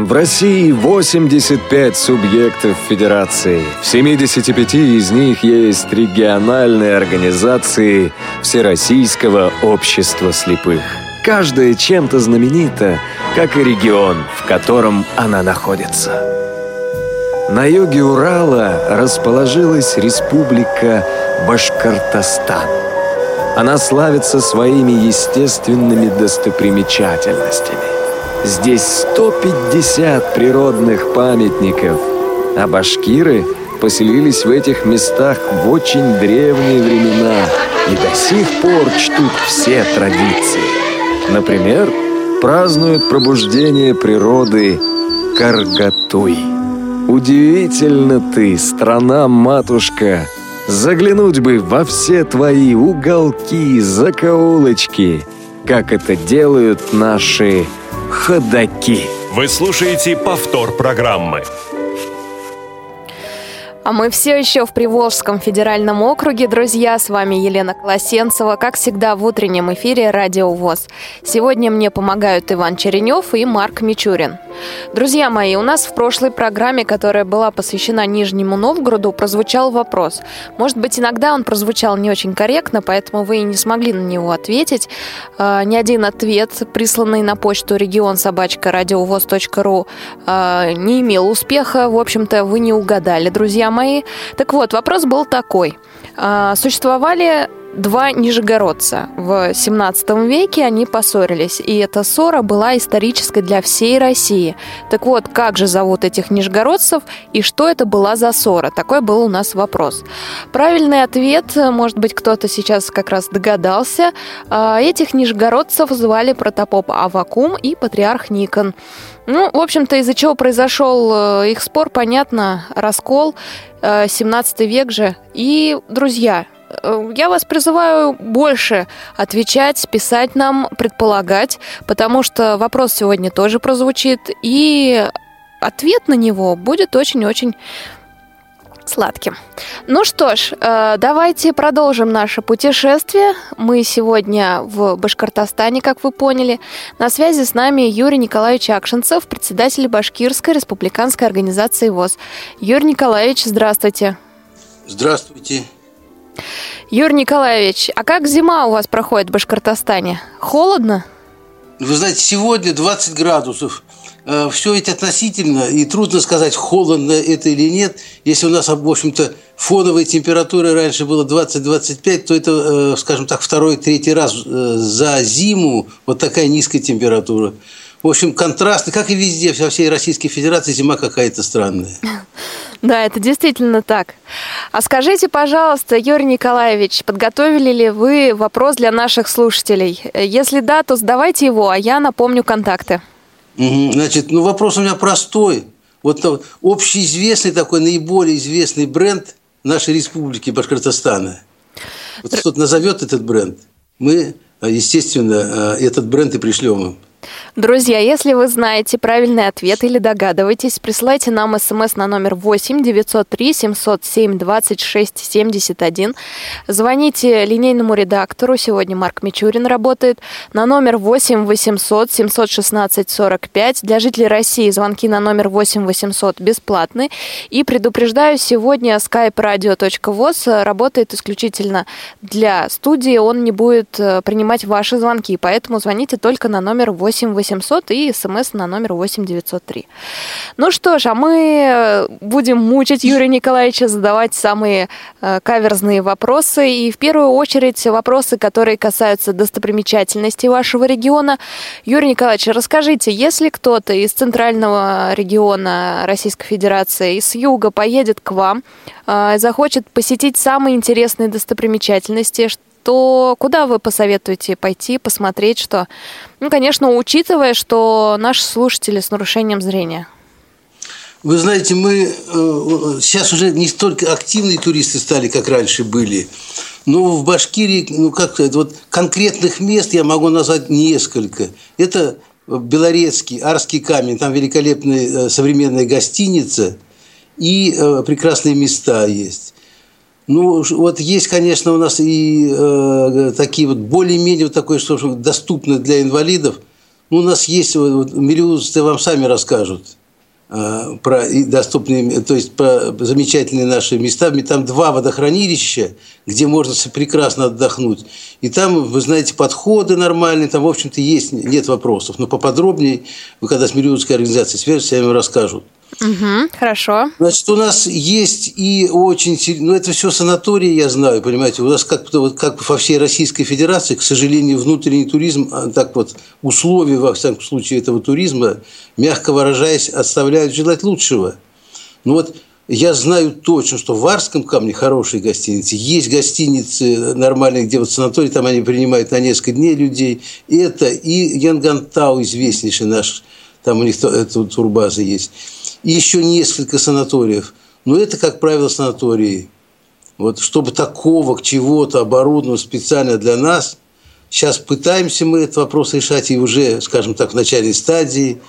В России 85 субъектов федерации. В 75 из них есть региональные организации Всероссийского общества слепых. Каждая чем-то знаменита, как и регион, в котором она находится. На юге Урала расположилась республика Башкортостан. Она славится своими естественными достопримечательностями. Здесь 150 природных памятников, а башкиры поселились в этих местах в очень древние времена и до сих пор чтут все традиции. Например, празднуют пробуждение природы Каргатуй. Удивительно ты, страна-матушка! Заглянуть бы во все твои уголки, закоулочки, как это делают наши ходаки. Вы слушаете повтор программы. А мы все еще в Приволжском федеральном округе. Друзья, с вами Елена Колосенцева. Как всегда, в утреннем эфире Радио ВОС. Сегодня мне помогают Иван Черенев и Марк Мичурин. Друзья мои, у нас в прошлой программе, которая была посвящена Нижнему Новгороду, прозвучал вопрос. Может быть, иногда он прозвучал не очень корректно, поэтому вы и не смогли на него ответить. Ни один ответ, присланный на почту region@radiovos.ru, не имел успеха. В общем-то, вы не угадали, друзья мои. Так вот, вопрос был такой. Существовали два нижегородца. В 17 веке они поссорились, и эта ссора была исторической для всей России. Так вот, как же зовут этих нижегородцев и что это была за ссора? Такой был у нас вопрос. Правильный ответ, может быть, кто-то сейчас как раз догадался. Этих нижегородцев звали протопоп Аввакум и патриарх Никон. Ну, в общем-то, из-за чего произошел их спор, понятно, раскол, 17 век же. И, друзья, я вас призываю больше отвечать, писать нам, предполагать, потому что вопрос сегодня тоже прозвучит, и ответ на него будет очень-очень сладким. Ну что ж, давайте продолжим наше путешествие. Мы сегодня в Башкортостане, как вы поняли. На связи с нами Юрий Николаевич Акшинцев, председатель Башкирской республиканской организации ВОС. Юрий Николаевич, здравствуйте. Здравствуйте. Юрий Николаевич, а как зима у вас проходит в Башкортостане? Холодно? Вы знаете, сегодня 20 градусов. Все это относительно, и трудно сказать, холодно это или нет. Если у нас, в общем-то, фоновая температура раньше была 20-25, то это, скажем так, второй-третий раз за зиму вот такая низкая температура. В общем, контрасты, как и везде, во всей Российской Федерации, зима какая-то странная. Да, это действительно так. А скажите, пожалуйста, Юрий Николаевич, подготовили ли вы вопрос для наших слушателей? Если да, то задавайте его, а я напомню контакты. Значит, вопрос у меня простой. Вот общеизвестный такой, наиболее известный бренд нашей республики Башкортостана. Вот кто-то назовет этот бренд, мы, естественно, этот бренд и пришлем им. Друзья, если вы знаете правильный ответ или догадываетесь, присылайте нам смс на номер 8 903 707 26 71. Звоните линейному редактору, сегодня Марк Мичурин работает, на номер 8 800 716 45. Для жителей России звонки на номер 8 800 бесплатны. И предупреждаю, сегодня skype-radio.voz работает исключительно для студии, он не будет принимать ваши звонки, поэтому звоните только на номер 8 800 и смс на номер 8903. Ну что ж, а мы будем мучить Юрия Николаевича, задавать самые каверзные вопросы. И в первую очередь вопросы, которые касаются достопримечательностей вашего региона. Юрий Николаевич, расскажите, если кто-то из центрального региона Российской Федерации и с юга поедет к вам, захочет посетить самые интересные достопримечательности, то куда вы посоветуете пойти, посмотреть, что? Ну, конечно, учитывая, что наши слушатели с нарушением зрения. Вы знаете, мы сейчас уже не столько активные туристы стали, как раньше были, но в Башкирии, вот конкретных мест я могу назвать несколько. Это Белорецкий, Арский камень, там великолепная современная гостиница и прекрасные места есть. Ну, вот есть, конечно, у нас и такие вот более-менее вот такое, что доступно для инвалидов. Ну, у нас есть, Мелеузовцы вам сами расскажут. про доступные, то есть про замечательные наши места. Там 2 водохранилища, где можно прекрасно отдохнуть. И там, вы знаете, подходы нормальные, там, в общем-то, есть, нет вопросов. Но поподробнее, вы когда с Мирионовской организацией свяжетесь, я вам расскажу. Угу, хорошо. Значит, у нас есть и очень... Ну, это все санатории, я знаю, понимаете. У нас как во всей Российской Федерации, к сожалению, внутренний туризм, так вот, условия, во всяком случае, этого туризма, мягко выражаясь, оставляют желать лучшего. Ну, вот я знаю точно, что в Варском камне хорошие гостиницы. Есть гостиницы нормальные, где вот санатории, там они принимают на несколько дней людей. Это и Янгантау, известнейший наш, там у них турбаза есть. И еще несколько санаториев. Но это, как правило, санатории. Вот, чтобы такого к чего-то оборудованного специально для нас, сейчас пытаемся мы этот вопрос решать и уже, скажем так, в начальной стадии.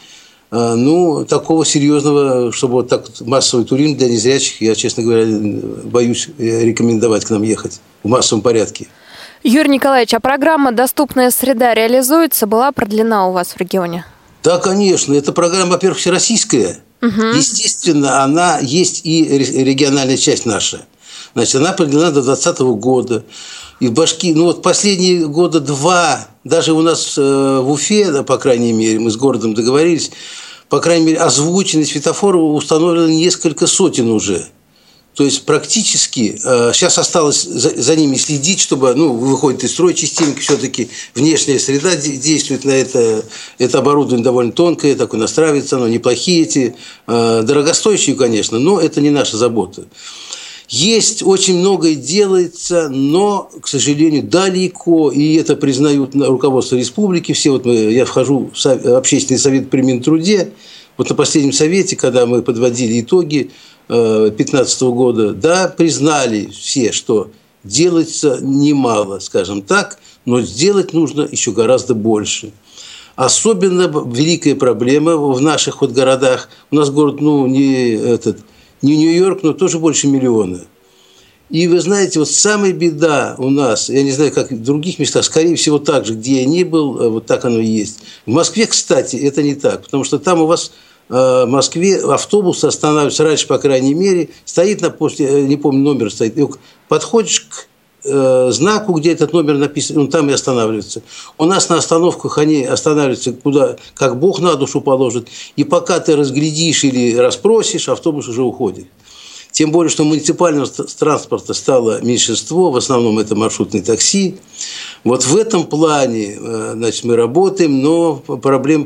Ну, такого серьезного, чтобы вот так вот массовый туризм для незрячих, я, честно говоря, боюсь рекомендовать к нам ехать в массовом порядке. Юрий Николаевич, а программа «Доступная среда» реализуется? Была продлена у вас в регионе? Да, конечно. Эта программа, во-первых, всероссийская. Угу. Естественно, она есть и региональная часть наша. Значит, она продлена до 2020 года. И в Башкирии, ну вот последние года 2, даже у нас в Уфе, по крайней мере, мы с городом договорились, по крайней мере, озвученные светофоры установлено несколько сотен уже. То есть практически сейчас осталось за ними следить, чтобы, ну, выходит из строя частенько, все-таки внешняя среда действует на это. Это оборудование довольно тонкое, такое настраивается, оно неплохие эти, дорогостоящие, конечно, но это не наша забота. Есть, очень многое делается, но, к сожалению, далеко, и это признают руководство республики. Все, вот я вхожу в общественный совет при Минтруде, вот на последнем совете, когда мы подводили итоги 2015 года, да, признали все, что делается немало, скажем так, но сделать нужно еще гораздо больше. Особенно великая проблема в наших вот городах. У нас город, ну, не Нью-Йорк, но тоже больше миллиона. И вы знаете, вот самая беда у нас, я не знаю, как в других местах, скорее всего, так же, где я не был, вот так оно и есть. В Москве, кстати, это не так, потому что там у вас в Москве автобус останавливается, раньше, по крайней мере, стоит на почте, не помню, номер стоит, подходишь к знаку, где этот номер написан, он там и останавливается. У нас на остановках они останавливаются, куда, как Бог на душу положит, и пока ты разглядишь или расспросишь, автобус уже уходит. Тем более, что муниципального транспорта стало меньшинство, в основном это маршрутные такси. Вот в этом плане, значит, мы работаем, но проблема,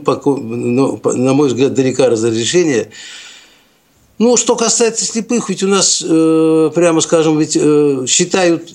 на мой взгляд, далека от разрешения. Ну, что касается слепых, ведь у нас, прямо скажем, ведь считают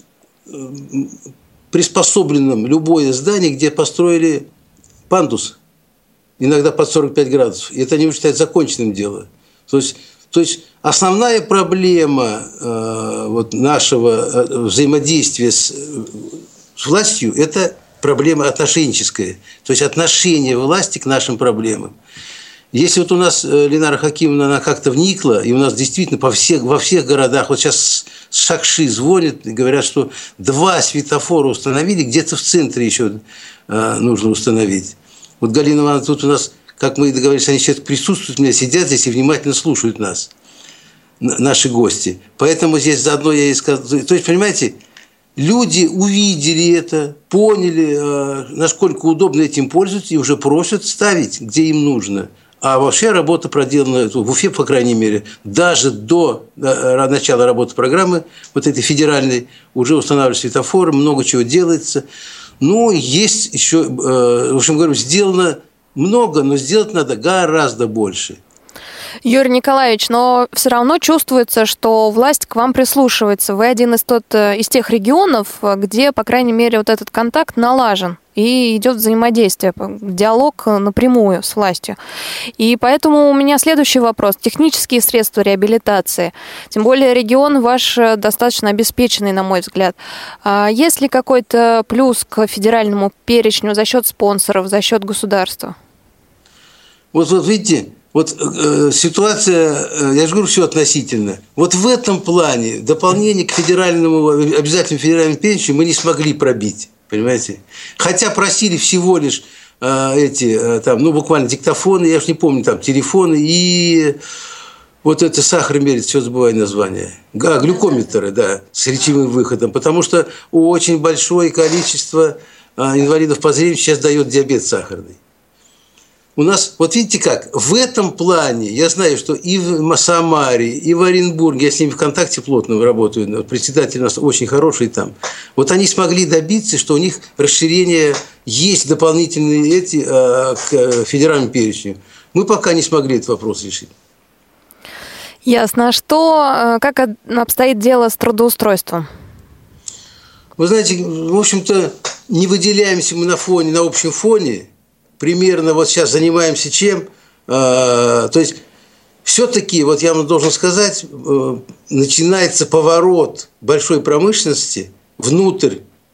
приспособленным любое здание, где построили пандус, иногда под 45 градусов. И это не считают законченным дело. То есть основная проблема вот нашего взаимодействия с властью – это проблема отношенческая, то есть отношение власти к нашим проблемам. Если вот у нас Ленара Хакимовна, она как-то вникла, и у нас действительно во всех городах, вот сейчас с Шакши звонят и говорят, что 2 светофора установили, где-то в центре еще нужно установить. Вот Галина Ивановна, тут у нас, как мы и договорились, они сейчас присутствуют, у меня сидят здесь и внимательно слушают нас, наши гости. Поэтому здесь заодно я и сказал, то есть, понимаете, люди увидели это, поняли, насколько удобно этим пользоваться, и уже просят ставить, где им нужно. А вообще работа проделана в Уфе, по крайней мере, даже до начала работы программы, вот этой федеральной, уже устанавливают светофоры, много чего делается. Ну, есть еще, в общем говоря, сделано много, но сделать надо гораздо больше. Юрий Николаевич, но все равно чувствуется, что власть к вам прислушивается. Вы один из тех регионов, где, по крайней мере, вот этот контакт налажен. И идет взаимодействие, диалог напрямую с властью. И поэтому у меня следующий вопрос. Технические средства реабилитации. Тем более регион ваш достаточно обеспеченный, на мой взгляд. Есть ли какой-то плюс к федеральному перечню за счет спонсоров, за счет государства? Вот видите, вот ситуация, я же говорю, все относительно. Вот в этом плане дополнение к федеральному, обязательно федеральному перечню мы не смогли пробить. Понимаете? Хотя просили всего лишь буквально диктофоны, я уж не помню, там телефоны и вот это сахар мерить, все забываю название. Глюкометры, да, с речевым выходом, потому что очень большое количество инвалидов по зрению сейчас дает диабет сахарный. У нас, вот видите как, в этом плане, я знаю, что и в Самаре, и в Оренбурге, я с ними в контакте плотно работаю, председатель у нас очень хороший там, вот они смогли добиться, что у них расширение есть дополнительные к федеральному перечню. Мы пока не смогли этот вопрос решить. Ясно. Как обстоит дело с трудоустройством? Вы знаете, в общем-то, не выделяемся мы на общем фоне. Примерно вот сейчас занимаемся чем? То есть, все-таки, вот я вам должен сказать, начинается поворот большой промышленности внутрь.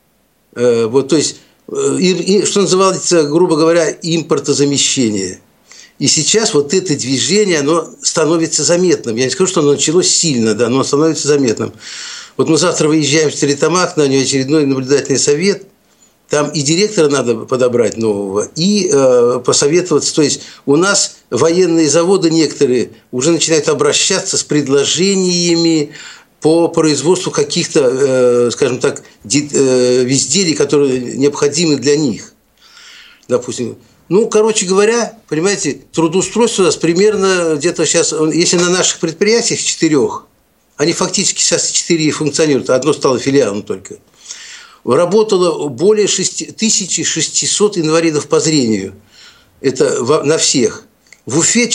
То есть, что называется, грубо говоря, импортозамещение. И сейчас вот это движение, оно становится заметным. Я не скажу, что оно началось сильно, да, но оно становится заметным. Вот мы завтра выезжаем в Стерлитамак на очередной наблюдательный совет. Там и директора надо подобрать нового, и посоветоваться. То есть у нас военные заводы некоторые уже начинают обращаться с предложениями по производству каких-то, скажем так, изделий, которые необходимы для них. Допустим. Короче говоря, понимаете, трудоустройство у нас примерно где-то сейчас, если на наших предприятиях 4, они фактически сейчас 4 функционируют, одно стало филиалом только. Работало более 1600 инвалидов по зрению. Это на всех. В Уфе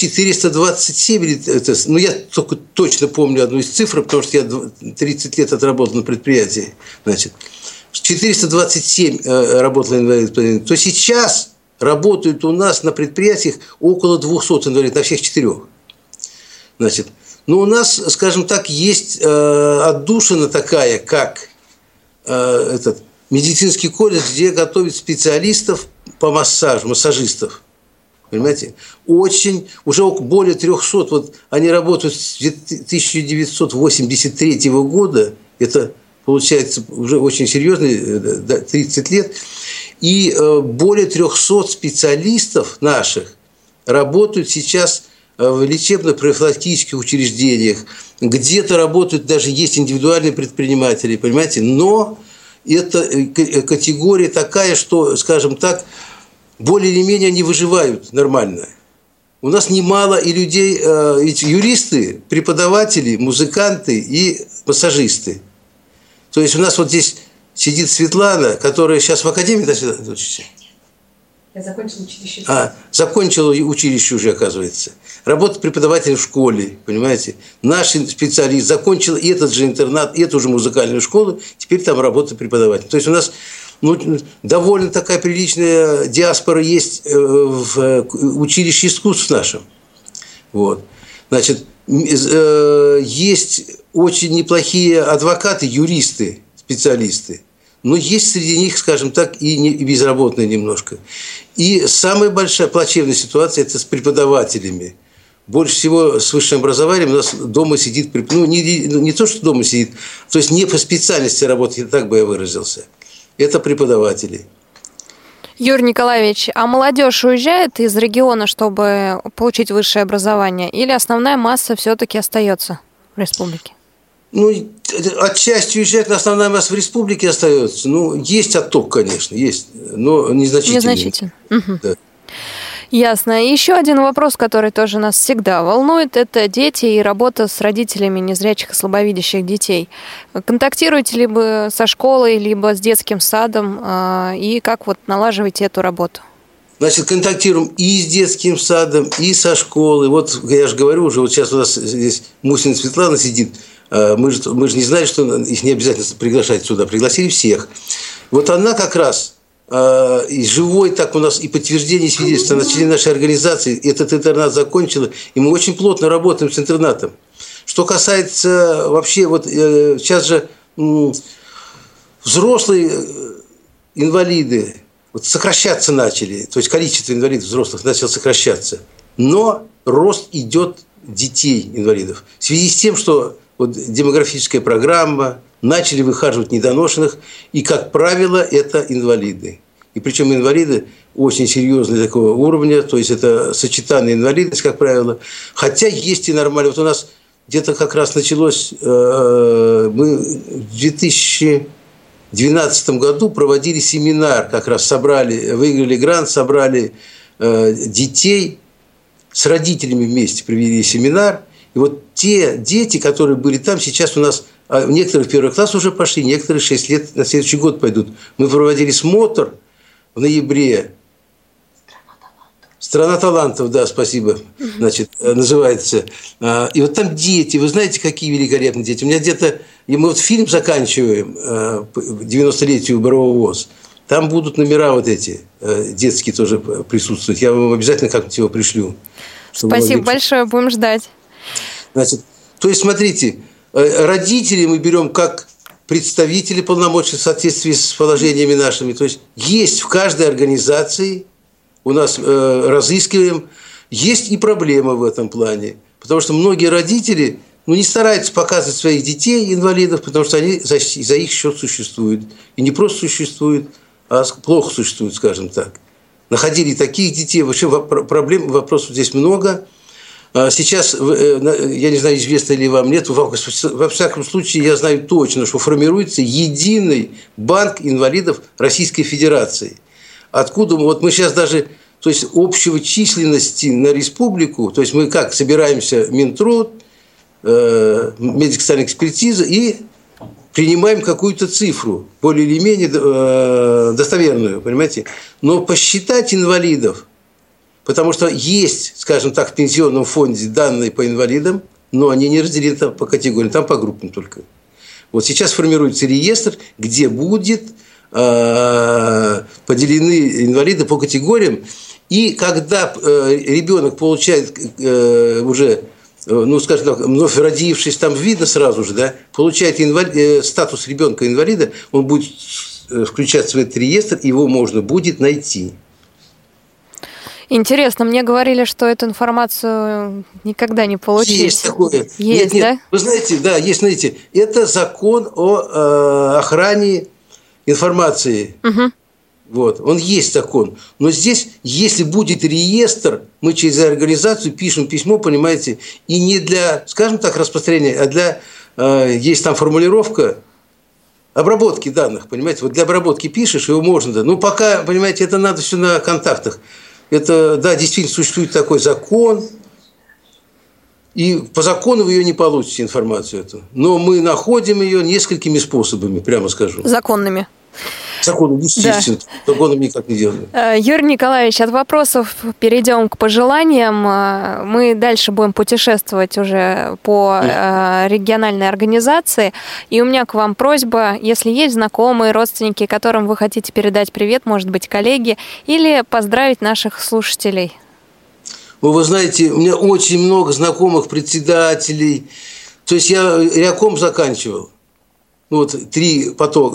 427, я только точно помню одну из цифр, потому что я 30 лет отработал на предприятии. Значит, 427 работало инвалидов по зрению. То сейчас работают у нас на предприятиях около 200 инвалидов, на всех 4. Значит, у нас, скажем так, есть отдушина такая, как медицинский колледж, где готовят специалистов по массажу, массажистов. Понимаете? Уже более 300, вот они работают с 1983 года, это получается уже очень серьезные, 30 лет, и более 300 специалистов наших работают сейчас в лечебно-профилактических учреждениях, где-то работают, даже есть индивидуальные предприниматели, понимаете, но это категория такая, что, скажем так, более или менее они выживают нормально. У нас немало и людей, юристы, преподаватели, музыканты и массажисты. То есть у нас вот здесь сидит Светлана, которая сейчас в академии, да, Светлана, учится? Я закончила училище. Закончила училище уже, оказывается. Работает преподавателем в школе, понимаете. Наш специалист закончил и этот же интернат, и эту же музыкальную школу, теперь там работает преподаватель. То есть у нас довольно такая приличная диаспора есть в училище искусств нашем. Вот. Значит, есть очень неплохие адвокаты, юристы, специалисты. Но есть среди них, скажем так, и безработные немножко. И самая большая плачевная ситуация – это с преподавателями. Больше всего с высшим образованием у нас дома сидит, не то, что дома сидит, то есть не по специальности работает, так бы я выразился. Это преподаватели. Юрий Николаевич, а молодежь уезжает из региона, чтобы получить высшее образование, или основная масса все-таки остается в республике? Отчасти уезжает, но основная масса в республике остается. Есть отток, конечно, есть, но незначительный. Незначительно. Да. Ясно. И еще один вопрос, который тоже нас всегда волнует, это дети и работа с родителями незрячих и слабовидящих детей. Контактируете либо со школой, либо с детским садом, и как налаживаете эту работу? Значит, контактируем и с детским садом, и со школой. Вот я же говорю уже, вот сейчас у нас здесь Мусина Светлана сидит. Мы же не знали, что их не обязательно приглашать сюда. Пригласили всех. Вот она как раз и живой так у нас и подтверждение свидетельства. Она член нашей организации этот интернат закончила. И мы очень плотно работаем с интернатом. Что касается вообще, вот сейчас же взрослые инвалиды сокращаться начали. То есть количество инвалидов взрослых начало сокращаться. Но рост идет детей инвалидов. В связи с тем, что демографическая программа, начали выхаживать недоношенных, и, как правило, это инвалиды. И причем инвалиды очень серьезные такого уровня, то есть это сочетанная инвалидность, как правило. Хотя есть и нормально. Вот у нас где-то как раз началось, мы в 2012 году проводили семинар, как раз собрали, выиграли грант, собрали детей, с родителями вместе провели семинар. И вот те дети, которые были там, сейчас у нас, некоторые в первый класс уже пошли, некоторые 6 лет на следующий год пойдут. Мы проводили смотр в ноябре. «Страна талантов», да, спасибо, значит, называется. И вот там дети, вы знаете, какие великолепные дети. У меня где-то, и мы вот фильм заканчиваем, 90-летию Борового ВОЗ. Там будут номера вот эти, детские тоже присутствуют. Я вам обязательно как-нибудь его пришлю. Спасибо большое, будем ждать. Значит, то есть, смотрите, родителей мы берем как представители полномочий в соответствии с положениями нашими. То есть в каждой организации, у нас разыскиваем, есть и проблема в этом плане. Потому что многие родители не стараются показывать своих детей, инвалидов, потому что они за их счет существуют. И не просто существуют, а плохо существуют, скажем так. Находили таких детей. Вообще проблем, вопросов здесь много. Сейчас, я не знаю, известно ли вам, нет, во всяком случае, я знаю точно, что формируется единый банк инвалидов Российской Федерации. Откуда вот мы сейчас даже, то есть общего численности на республику, то есть мы как собираемся Минтруд, медико-социальная экспертиза и принимаем какую-то цифру, более или менее достоверную, понимаете? Но посчитать инвалидов, потому что есть, скажем так, в пенсионном фонде данные по инвалидам, но они не разделены там по категориям, там по группам только. Вот сейчас формируется реестр, где будет поделены инвалиды по категориям, и когда ребенок получает уже, скажем так, вновь родившись, там видно сразу же, да, получает статус ребенка-инвалида, он будет включаться в этот реестр, его можно будет найти. Интересно, мне говорили, что эту информацию никогда не получить. Есть такое. Есть, нет. Да? Вы знаете, да, есть, знаете, это закон о охране информации. Угу. Вот, он есть закон. Но здесь, если будет реестр, мы через организацию пишем письмо, понимаете, и не для, скажем так, распространения, а для, есть там формулировка обработки данных, понимаете, вот для обработки пишешь, его можно, да. Ну, пока, понимаете, это надо все на контактах. Это, да, действительно существует такой закон, и по закону вы ее не получите, информацию эту. Но мы находим ее несколькими способами, прямо скажу. Законными. Законом, естественно, да. Законом никак не делаем. Юрий Николаевич, от вопросов перейдем к пожеланиям. Мы дальше будем путешествовать уже по региональной организации. И у меня к вам просьба, если есть знакомые, родственники, которым вы хотите передать привет, может быть, коллеги, или поздравить наших слушателей. Вы знаете, у меня очень много знакомых председателей. То есть я ряком заканчивал. Вот 3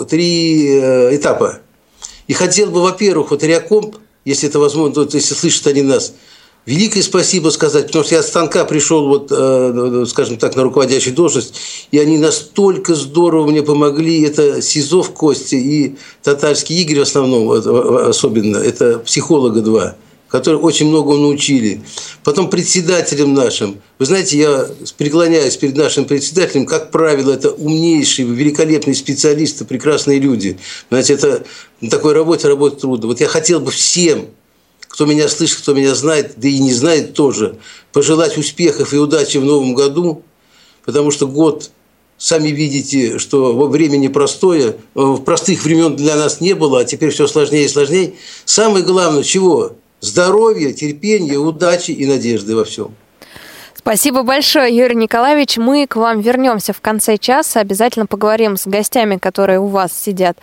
этапа. И хотел бы, во-первых, вот ряком, если это возможно, то если слышат они нас, великое спасибо сказать, потому что я от станка пришел, вот, скажем так, на руководящую должность, и они настолько здорово мне помогли. Это Сизов Костя и Татарский Игорь в основном, особенно, это психолога 2. Которые очень много научили. Потом председателем нашим. Вы знаете, я преклоняюсь перед нашим председателем, как правило, это умнейшие, великолепные специалисты, прекрасные люди. Знаете, это на такой работе работать трудно. Вот я хотел бы всем, кто меня слышит, кто меня знает, да и не знает тоже, пожелать успехов и удачи в новом году, потому что год, сами видите, что во время непростое, простых времен для нас не было, а теперь все сложнее и сложнее. Самое главное, чего? Здоровья, терпения, удачи и надежды во всем. Спасибо большое, Юрий Николаевич. Мы к вам вернемся в конце часа. Обязательно поговорим с гостями, которые у вас сидят,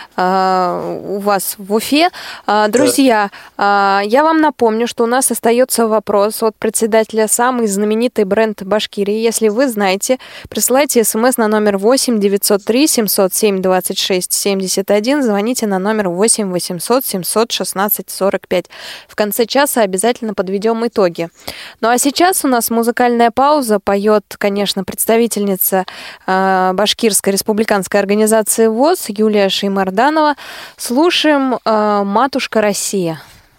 у вас в Уфе. Друзья, я вам напомню, что у нас остается вопрос от председателя «Самый знаменитый бренд Башкирии». Если вы знаете, присылайте смс на номер 8 903 707 26 71, звоните на номер 8 800 716 45. В конце часа обязательно подведем итоги. Ну а сейчас у нас музыкальная музыкальная пауза. Поет, конечно, представительница Башкирской республиканской организации ВОС Юлия Шеймарданова. Слушаем «Матушка Россия».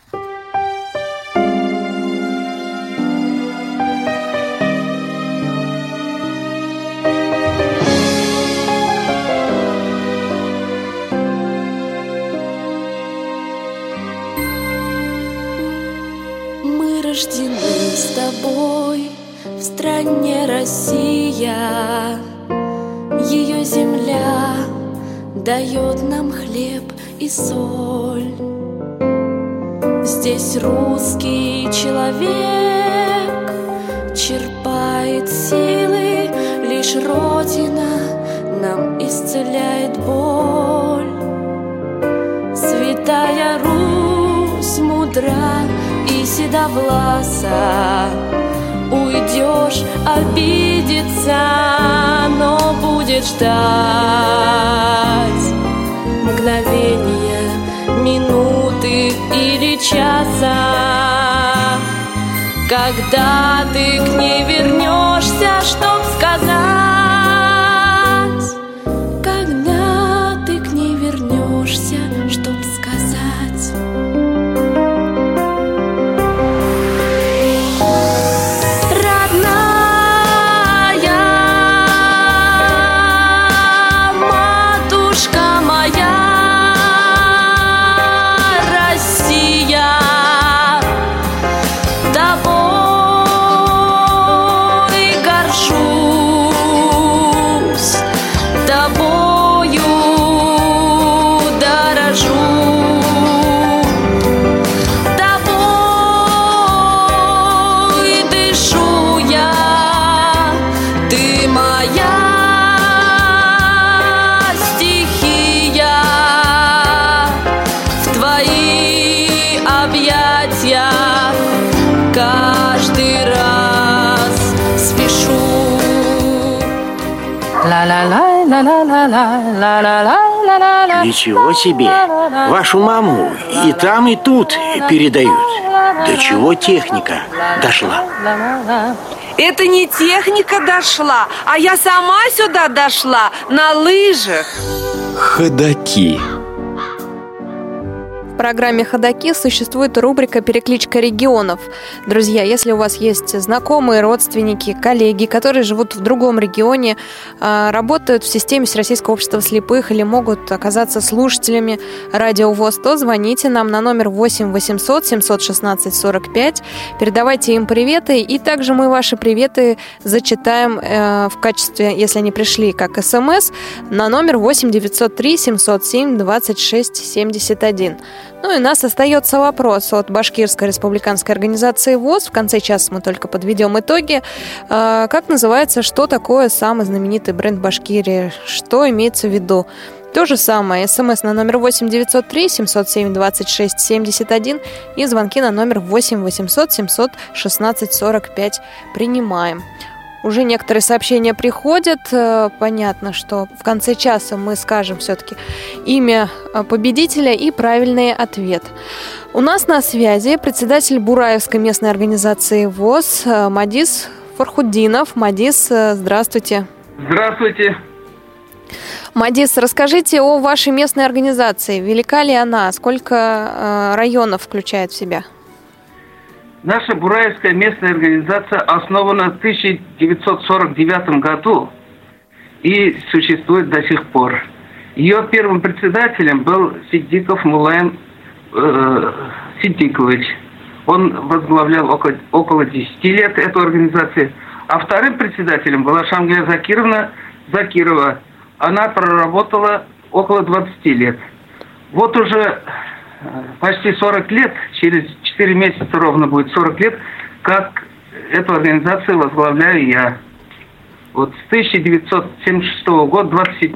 Рождены с тобой в стране Россия. Ее земля дает нам хлеб и соль. Здесь русский человек черпает силы, лишь Родина нам исцеляет боль. Святая Русь мудра и седовласа, уйдешь обидеться, но будет ждать мгновения, минуты или часа, когда ты к ней вернешься, чтоб сказать, когда ты к ней вернешься, чтоб сказать. Ничего себе! Вашу маму и там, и тут передают. До чего техника дошла? Это не техника дошла, а я сама сюда дошла на лыжах. Ходаки. В программе «Ходаки» существует рубрика «Перекличка регионов». Друзья, если у вас есть знакомые, родственники, коллеги, которые живут в другом регионе, работают в системе Всероссийского общества слепых или могут оказаться слушателями радио ВОС, то звоните нам на номер 8 800 716 45, передавайте им приветы, и также мы ваши приветы зачитаем в качестве, если они пришли как СМС, на номер 8 903 707 26 71. Ну и у нас остается вопрос от Башкирской республиканской организации ВОС. В конце часа мы только подведем итоги. Как называется, что такое самый знаменитый бренд Башкирии? Что имеется в виду? То же самое. СМС на номер 8 903 707 26 71 и звонки на номер 8 800 716 45 принимаем. Уже некоторые сообщения приходят. Понятно, что в конце часа мы скажем все-таки имя победителя и правильный ответ. У нас на связи председатель Бураевской местной организации ВОС Мадис Фархуддинов. Мадис, здравствуйте. Здравствуйте. Мадис, расскажите о вашей местной организации. Велика ли она? Сколько районов включает в себя? Наша Бураевская местная организация основана в 1949 году и существует до сих пор. Ее первым председателем был Сиддиков Мулаем Сиддикович. Он возглавлял около 10 лет эту организацию. А вторым председателем была Шамгиля Закировна Закирова. Она проработала около 20 лет. Вот уже почти 40 лет, через 4 месяца ровно будет 40 лет, как эту организацию возглавляю я. Вот с 1976 года,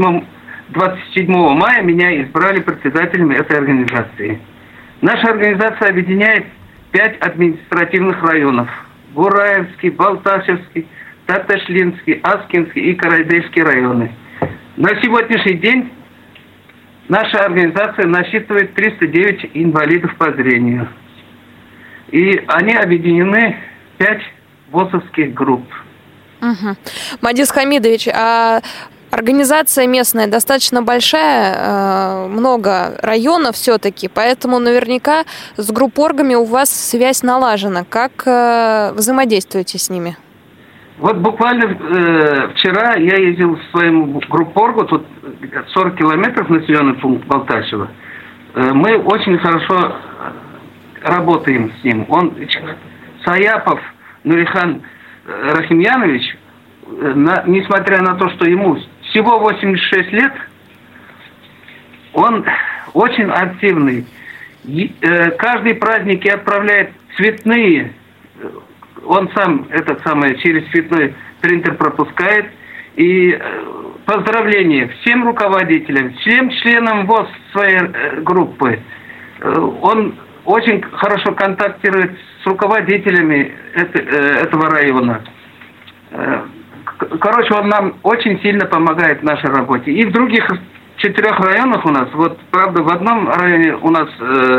27 мая, меня избрали председателем этой организации. Наша организация объединяет 5 административных районов. Бураевский, Балташевский, Такташлинский, Аскинский и Карайдельский районы. На сегодняшний день наша организация насчитывает 309 инвалидов по зрению. И они объединены в 5 ВОСовских групп. Угу. Мадис Хамидович, а организация местная достаточно большая, много районов все-таки, поэтому наверняка с группоргами у вас связь налажена. Как взаимодействуете с ними? Вот буквально вчера я ездил в своему группоргу, тут 40 километров населенный пункт Балтачево. Мы очень хорошо работаем с ним. Он, Саяпов Нурихан Рахимьянович, несмотря на то, что ему всего 86 лет, он очень активный. Каждый праздник отправляет цветные. Он сам через цветной принтер пропускает. И поздравления всем руководителям, всем членам ВОС своей группы. Он очень хорошо контактирует с руководителями этого района. Короче, он нам очень сильно помогает в нашей работе. И в других 4 районах у нас, вот, правда, в одном районе у нас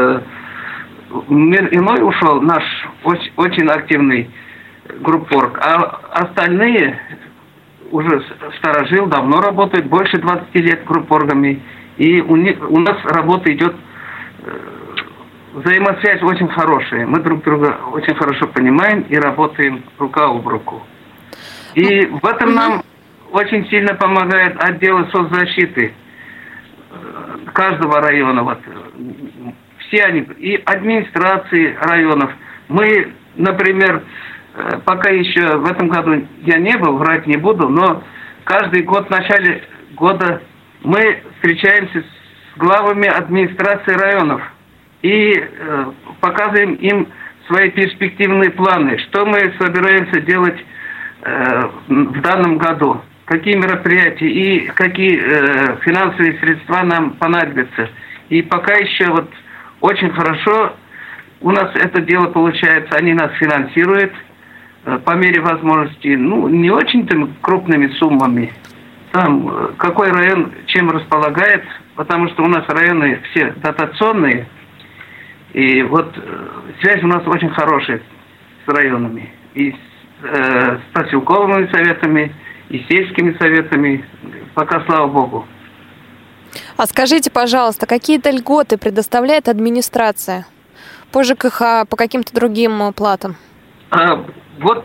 мир иной ушел, наш очень активный группорг, а остальные уже старожил, давно работают, больше 20 лет группоргами. И у нас работа идет, взаимосвязь очень хорошая. Мы друг друга очень хорошо понимаем и работаем рука об руку. И в этом нам очень сильно помогает отделы соцзащиты каждого района. Вот. Все они, и администрации районов. Мы, например, пока еще в этом году я не был, врать не буду, но каждый год в начале года мы встречаемся с главами администрации районов и показываем им свои перспективные планы, что мы собираемся делать в данном году, какие мероприятия и какие финансовые средства нам понадобятся. И пока еще вот очень хорошо у нас это дело получается, они нас финансируют по мере возможности, не очень-то крупными суммами. Там какой район чем располагает, потому что у нас районы все дотационные, и вот связь у нас очень хорошая с районами, и с поселковыми советами, и сельскими советами, пока слава богу. А скажите, пожалуйста, какие-то льготы предоставляет администрация по ЖКХ, по каким-то другим платам? Вот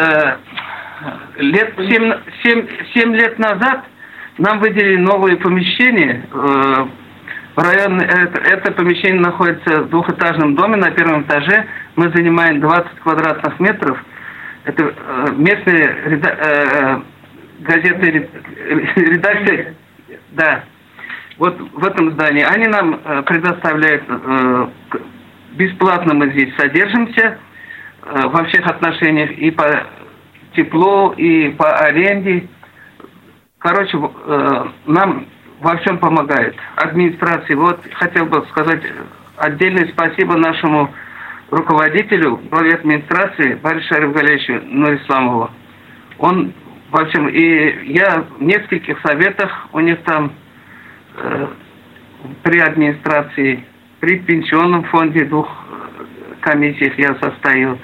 7 лет назад нам выделили новые помещения. Это помещение находится в двухэтажном доме. На первом этаже мы занимаем 20 квадратных метров. Это местные газеты, редакции. Да. Вот в этом здании. Они нам предоставляют, бесплатно мы здесь содержимся во всех отношениях, и по теплу, и по аренде. Короче, нам во всем помогает администрации. Вот хотел бы сказать отдельное спасибо нашему руководителю, главе администрации Борису Шарифгалевичу Нурисламову. Он во всем, и я в нескольких советах у них там при администрации, при пенсионном фонде 2 комиссиях я состою.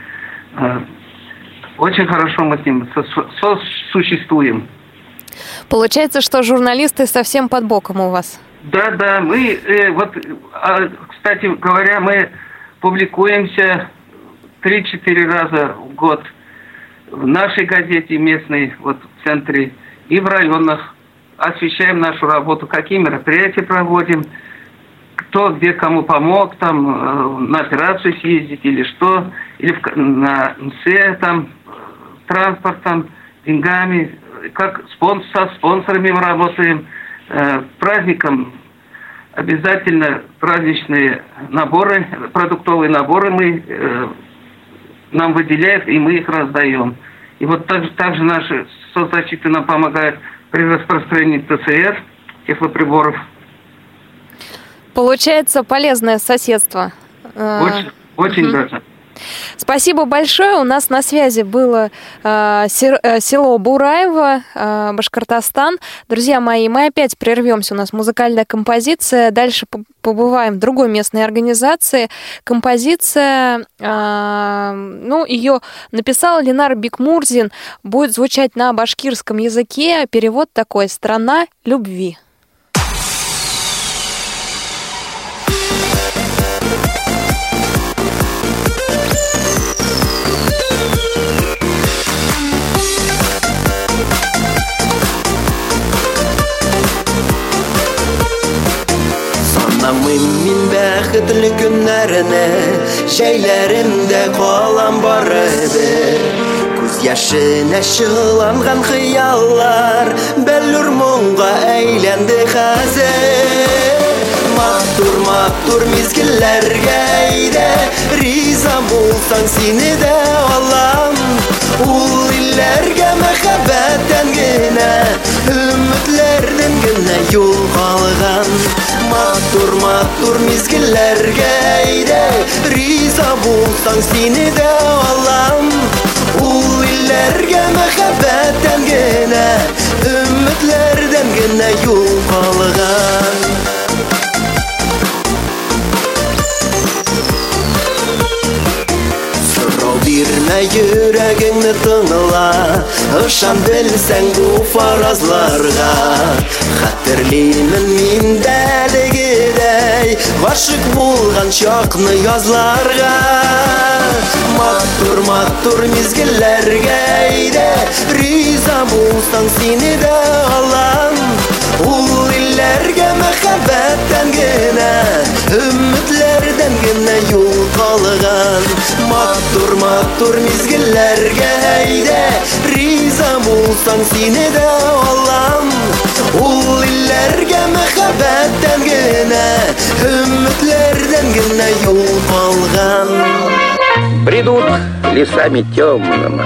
Очень хорошо мы с ним сосуществуем. Получается, что журналисты совсем под боком у вас? Да, мы, кстати говоря, мы публикуемся 3-4 раза в год в нашей газете местной, вот в центре, и в районах. Освещаем нашу работу, какие мероприятия проводим, кто где кому помог, там на операцию съездить или что, или на МСЭ, там, транспортом, деньгами, как со спонсорами мы работаем. Праздником обязательно праздничные наборы, продуктовые наборы нам выделяют, и мы их раздаем. И вот также наши соцзащиты нам помогают при распространении ТЦР, теплоприборов. Получается полезное соседство. Очень даже. Спасибо большое. У нас на связи было село Бураево, Башкортостан. Друзья мои, мы опять прервемся. У нас музыкальная композиция. Дальше побываем в другой местной организации. Композиция, ее написал Ленар Бикмурзин. Будет звучать на башкирском языке. Перевод такой: «Страна любви». Мин бәхетле көннәренә җәйләрендә калам барыбер. Күз яшенә чыланган хыяллар бәллүр моңга әйләнде хәзер. Матур мизгелләргә әйдә, риза булсаң сине дә алам. Ул илләргә мәхәббәттән генә, өметләрдән генә юл калган. Матур мизгелләргә әйдә, риза булсаң сине дә алам. Ул илләргә мәхәббәттән генә, өметләрдән генә юл калган. Бирмә йөрәгеңне тыңла, ышан белсәң бу фаразларга. Хәтерлимен мин дәлегедәй, гашык булган чакны язларга. Матур мизгелләргә әйдә, риза булсаң сине дә алам. Ул илләргә мәхәббәттән генә, өметләрдән генә юл калган. Матур мизгелләргә әйдә, риза булсаң сине дә алам. Ул илләргә мәхәббәттән генә, өметләрдән генә юл калган. Бредут лесами темными,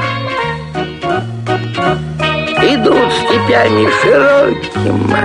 идут степями широкими,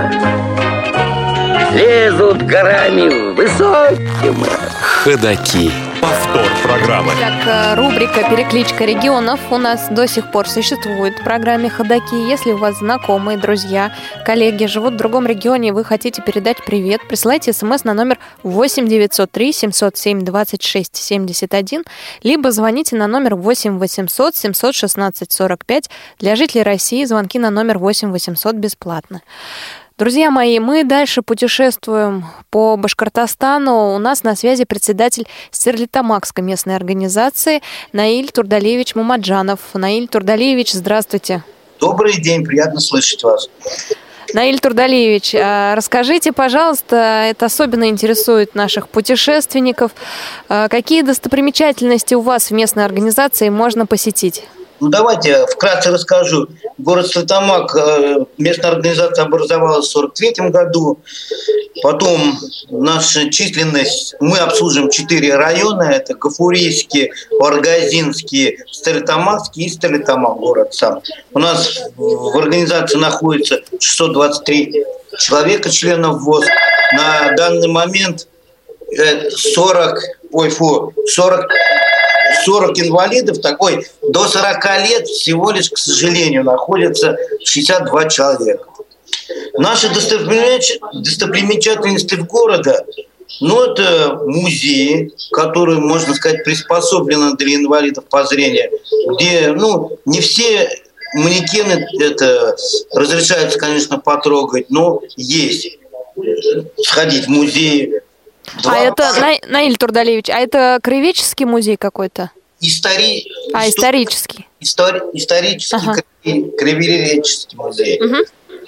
лезут горами высокими. Ходаки. Повтор программы. Так, рубрика «Перекличка регионов» у нас до сих пор существует в программе «Ходаки». Если у вас знакомые, друзья, коллеги живут в другом регионе, и вы хотите передать привет, присылайте смс на номер 8 903 707 26 71, либо звоните на номер 8 800 716 45. Для жителей России звонки на номер 8 800 бесплатно. Друзья мои, мы дальше путешествуем по Башкортостану. У нас на связи председатель Стерлитамакской местной организации Наиль Турдалиевич Мамаджанов. Наиль Турдалиевич, здравствуйте. Добрый день, приятно слышать вас. Наиль Турдалиевич, расскажите, пожалуйста, это особенно интересует наших путешественников, какие достопримечательности у вас в местной организации можно посетить? Давайте вкратце расскажу. Город Стерлитамак, местная организация образовалась в 1943 году. Потом наша численность, мы обслуживаем 4 района. Это Гафурийский, Варгазинский, Стерлитамакский и Стерлитамак, город сам. У нас в организации находится 623 человека, членов ВОС. На данный момент 40 инвалидов, такой до 40 лет всего лишь, к сожалению, находится 62 человека. Наши достопримечательности в городе, это музеи, которые, можно сказать, приспособлены для инвалидов по зрению, где, не все манекены это разрешается, конечно, потрогать, но есть. Сходить в музей. Наиль Турдалиевич, а это краеведческий музей какой-то? Исторический. Исторический, ага. Краеведческий музей. Угу.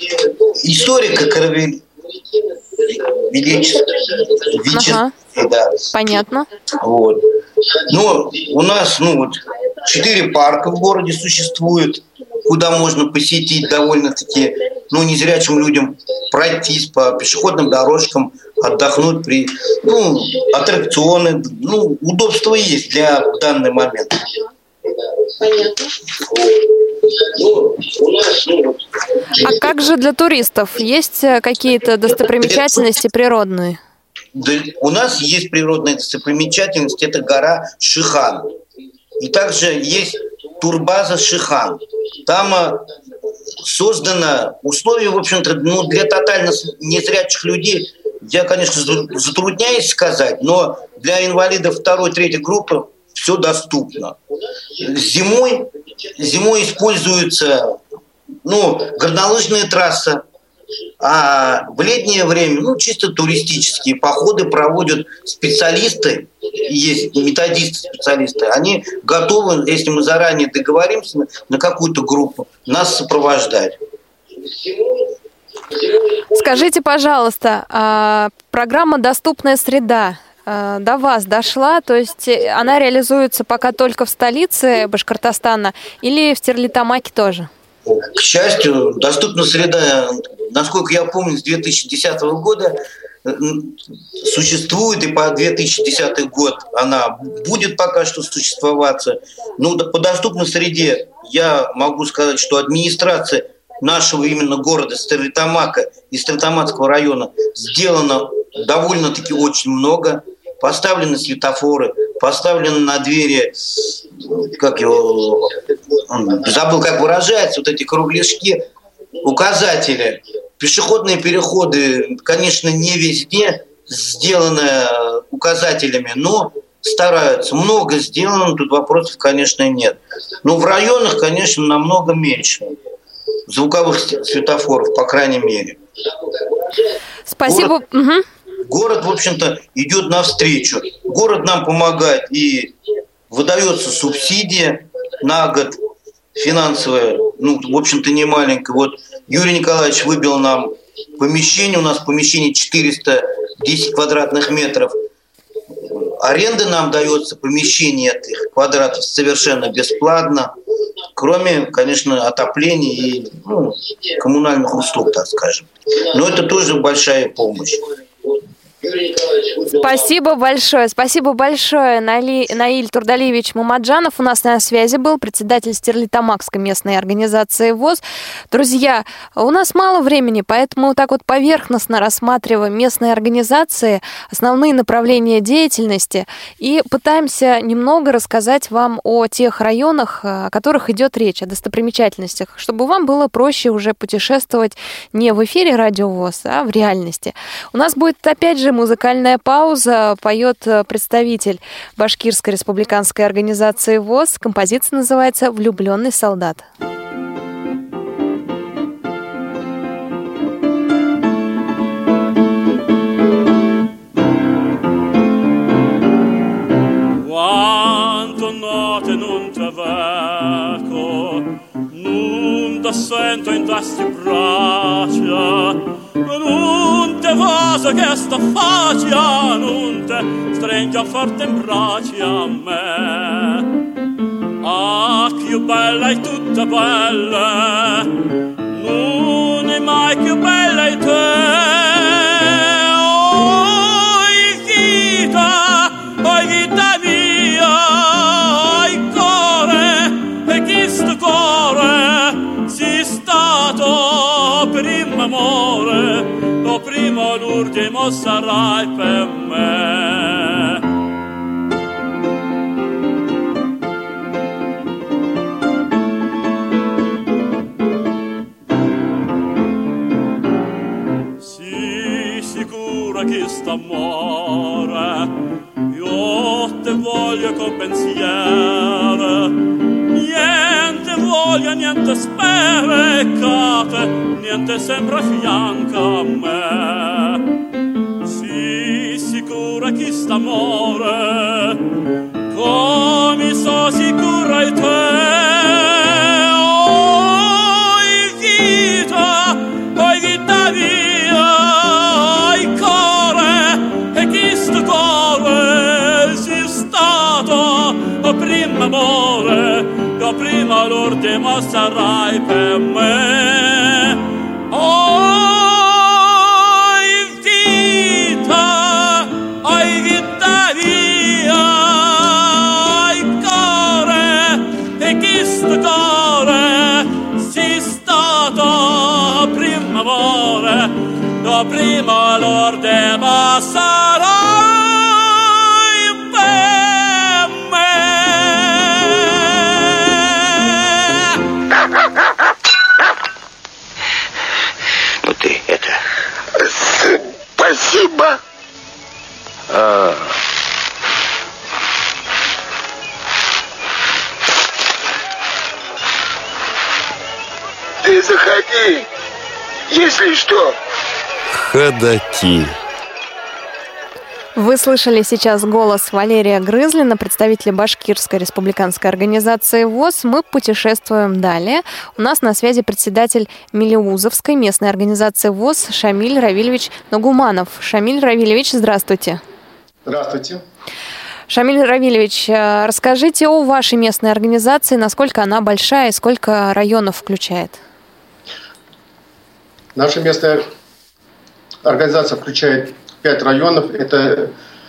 Историко-краеведческий, ага. Да. Понятно. Вот. Но у нас 4 парка в городе существует, куда можно посетить довольно-таки, незрячим людям пройтись по пешеходным дорожкам, отдохнуть при, аттракционы, удобства есть для в данный момент. Понятно. А как же для туристов? Есть какие-то достопримечательности природные? Да, у нас есть природные достопримечательности, это гора Шихан. И также есть турбаза Шихан. Там создано условия, в общем-то, для тотально незрячих людей. Я, конечно, затрудняюсь сказать, но для инвалидов 2-3 группы все доступно. Зимой используется горнолыжная трасса, а в летнее время чисто туристические походы проводят специалисты, есть методисты-специалисты, они готовы, если мы заранее договоримся на какую-то группу, нас сопровождать. Скажите, пожалуйста, программа «Доступная среда» до вас дошла? То есть она реализуется пока только в столице Башкортостана или в Стерлитамаке тоже? К счастью, «Доступная среда», насколько я помню, с 2010 года существует, и по 2010 год она будет пока что существовать. По «Доступной среде» я могу сказать, что администрация нашего именно города Стерлитамака и Стерлитамакского района сделано довольно-таки очень много. Поставлены светофоры, поставлены на двери, забыл, как выражается, вот эти кругляшки, указатели. Пешеходные переходы, конечно, не везде сделаны указателями, но стараются. Много сделано, тут вопросов, конечно, нет. Но в районах, конечно, намного меньше звуковых светофоров, по крайней мере. Спасибо. Город, в общем-то, идет навстречу. Город нам помогает, и выдается субсидия на год финансовая, в общем-то, не маленькая. Вот Юрий Николаевич выбил нам помещение, у нас помещение 410 квадратных метров. Аренда нам дается, помещение этих квадратов совершенно бесплатно, кроме, конечно, отопления и коммунальных услуг, так скажем. Но это тоже большая помощь. Спасибо большое, Наиль Турдалиевич Мамаджанов у нас на связи был, председатель Стерлитамакской местной организации ВОС. Друзья, у нас мало времени, поэтому так вот поверхностно рассматриваем местные организации, основные направления деятельности и пытаемся немного рассказать вам о тех районах, о которых идет речь, о достопримечательностях, чтобы вам было проще уже путешествовать не в эфире Радио ВОС, а в реальности. У нас будет опять же музыкальная пауза. Поет представитель Башкирской республиканской организации ВОС. Композиция называется «Влюбленный солдат». Sento in tasti braccia, non te vaso che sta faccia, non te stringa forte in braccia a me. Ah, più bella è tutta bella, non è mai più bella di te. Oi vita mia, oi cuore, e chi sto cuore? Si stato prima amore, lo primo l'ultimo sarai per me. Sii sicura che st'amore io te voglio con pensiero. Niente voglia, niente sperecate, niente sembra fianca a me. Sii sicura che st'amore, come so sicura di te. Oi vita mia, oi cuore, e chi sto cuore si stato prima amore, prima l'ultima sarai per me. Oi vita mia, oi cuore, e chi sto cuore si stato prima amore, prima l'ultima sarai per me. заходи, если что. Ходаки. Вы слышали сейчас голос Валерия Грызлина, представителя Башкирской республиканской организации ВОС. Мы путешествуем далее. У нас на связи председатель Мелеузовской местной организации ВОС Шамиль Равильевич Нагуманов. Шамиль Равильевич, здравствуйте. Здравствуйте. Шамиль Равильевич, расскажите о вашей местной организации, насколько она большая и сколько районов включает. Наша местная организация включает 5 районов. Это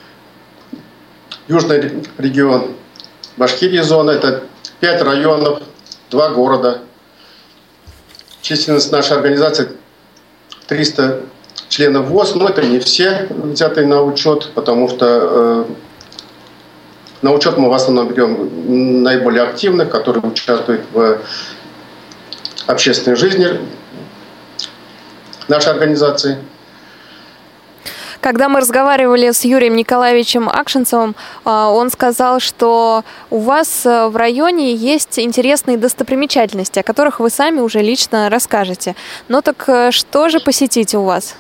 южный регион Башкирии зона, это 5 районов, 2 города. Численность нашей организации 300 членов ВОС, но это не все взятые на учет, потому что на учет мы в основном берем наиболее активных, которые участвуют в общественной жизни нашей организации. Когда мы разговаривали с Юрием Николаевичем Акшинцевым, он сказал, что у вас в районе есть интересные достопримечательности, о которых вы сами уже лично расскажете. Но так что же посетить у вас?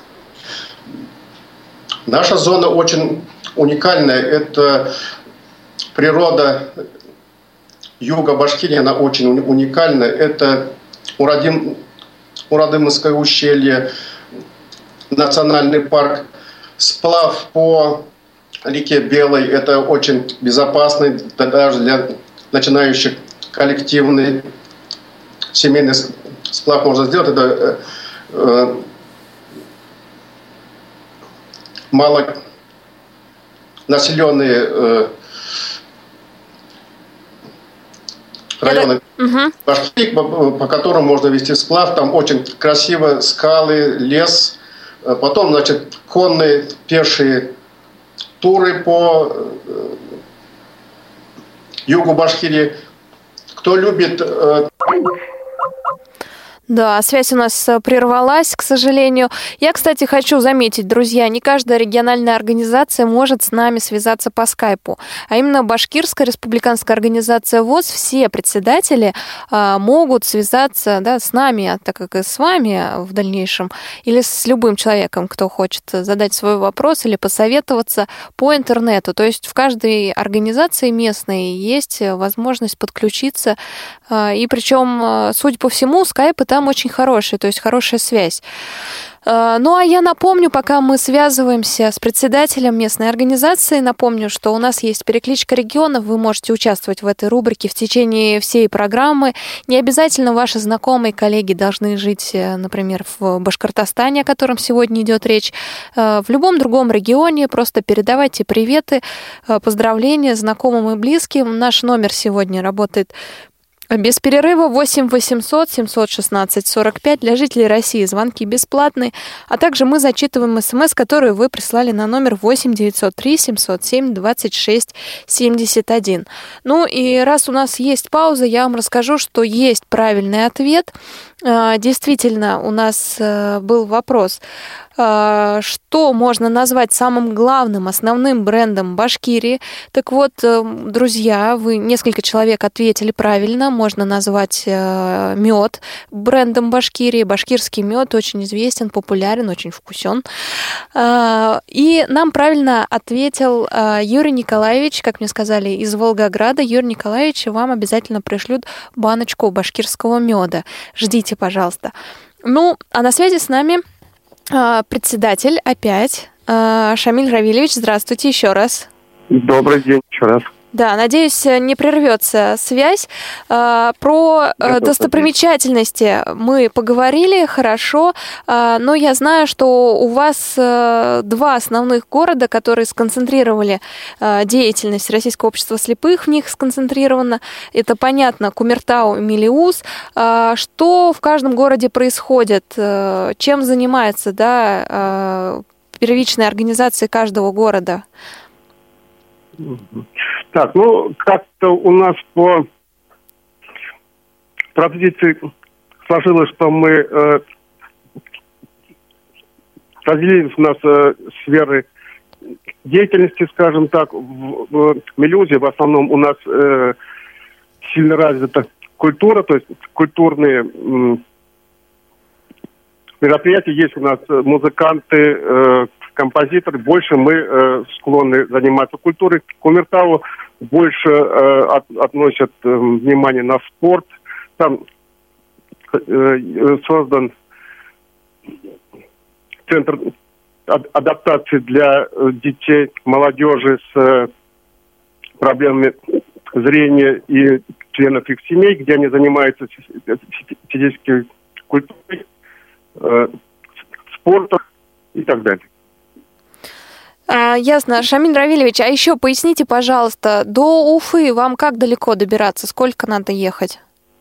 Наша зона очень уникальная. Это природа юга Башкирии, она очень уникальна. Это Урадымское ущелье, национальный парк. Сплав по реке Белой – это очень безопасный, даже для начинающих коллективный семейный сплав можно сделать. Это малонаселенные районы Башкирии, по которым можно вести сплав. Там очень красиво, скалы, лес. Потом, значит, конные, пешие туры по югу Башкирии. Кто любит... Да, связь у нас прервалась, к сожалению. Я, кстати, хочу заметить, друзья, не каждая региональная организация может с нами связаться по скайпу. А именно Башкирская республиканская организация ВОС, все председатели могут связаться, да, с нами, так как и с вами в дальнейшем, или с любым человеком, кто хочет задать свой вопрос или посоветоваться по интернету. То есть в каждой организации местной есть возможность подключиться. И причем, судя по всему, скайпы там очень хорошие, то есть хорошая связь. Ну, а я напомню, пока мы связываемся с председателем местной организации, напомню, что у нас есть перекличка регионов, вы можете участвовать в этой рубрике в течение всей программы. Не обязательно ваши знакомые, коллеги должны жить, например, в Башкортостане, о котором сегодня идет речь. В любом другом регионе просто передавайте приветы, поздравления знакомым и близким. Наш номер сегодня работает без перерыва 8 800 716 45. Для жителей России звонки бесплатные. А также мы зачитываем смс, которые вы прислали на номер 8 903 707 26 71. Ну и раз у нас есть пауза, я вам расскажу, что есть правильный ответ. Действительно, у нас был вопрос, что можно назвать самым главным, основным брендом Башкирии. Так вот, друзья, вы несколько человек ответили правильно. Можно назвать мед брендом Башкирии. Башкирский мед очень известен, популярен, очень вкусен. И нам правильно ответил Юрий Николаевич, как мне сказали, из Волгограда. Юрий Николаевич, вам обязательно пришлют баночку башкирского меда. Ждите, пожалуйста. Ну, а на связи с нами председатель опять Шамиль Равильевич. Здравствуйте еще раз. Добрый день еще раз. Да, надеюсь, не прервется связь. Про достопримечательности мы поговорили, хорошо, но я знаю, что у вас 2 основных города, которые сконцентрировали деятельность Российского общества слепых, в них сконцентрировано. Это, понятно, Кумертау и Мелеуз. Что в каждом городе происходит? Чем занимается, да, первичная организация каждого города? Так, ну, как-то у нас по традиции сложилось, что мы разделились у нас сферы деятельности, скажем так. В Мелеузе в основном у нас сильно развита культура, то есть культурные мероприятий есть у нас музыканты, композиторы. Больше мы склонны заниматься культурой. Кумертау больше относят внимание на спорт. Там создан центр адаптации для детей, молодежи с проблемами зрения и членов их семей, где они занимаются физической культурой, спортом и так далее. Ясно. Шамиль Равильевич, а еще поясните, пожалуйста, до Уфы вам как далеко добираться? Сколько надо ехать?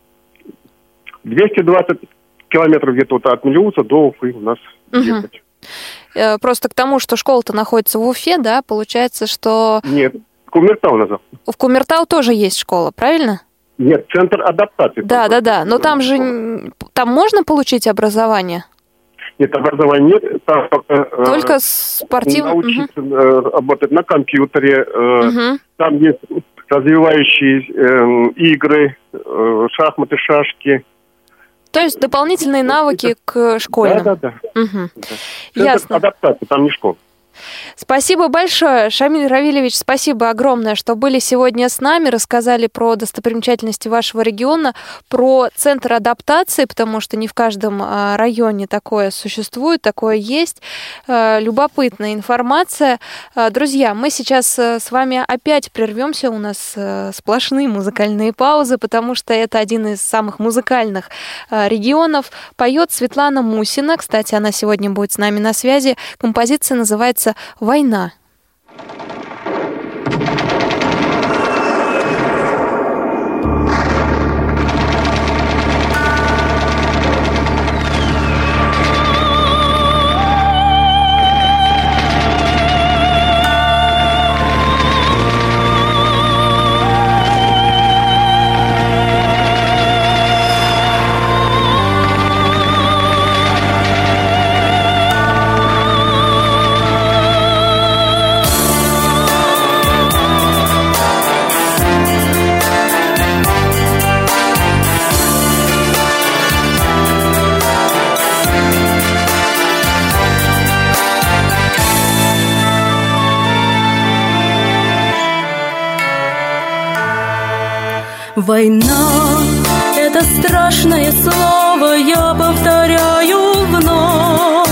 220 километров где-то от Мелеуза до Уфы у нас ехать. Просто к тому, что школа-то находится в Уфе, да, получается, что... Нет, Кумертау назад. В Кумертау тоже есть школа, правильно? Нет, центр адаптации. Да. Но там можно получить образование? Нет, образования нет. Там только спортивное. Научиться работать на компьютере. Там есть развивающие игры, шахматы, шашки. То есть дополнительные навыки к школе. Да. Ясно. Адаптация, там не школа. Спасибо большое, Шамиль Равильевич, спасибо огромное, что были сегодня с нами, рассказали про достопримечательности вашего региона, про центр адаптации, потому что не в каждом районе такое существует, такое есть. Любопытная информация. Друзья, мы сейчас с вами опять прервемся, у нас сплошные музыкальные паузы, потому что это один из самых музыкальных регионов. Поет Светлана Мусина, кстати, она сегодня будет с нами на связи. Композиция называется «Война». Война — это страшное слово, я повторяю вновь.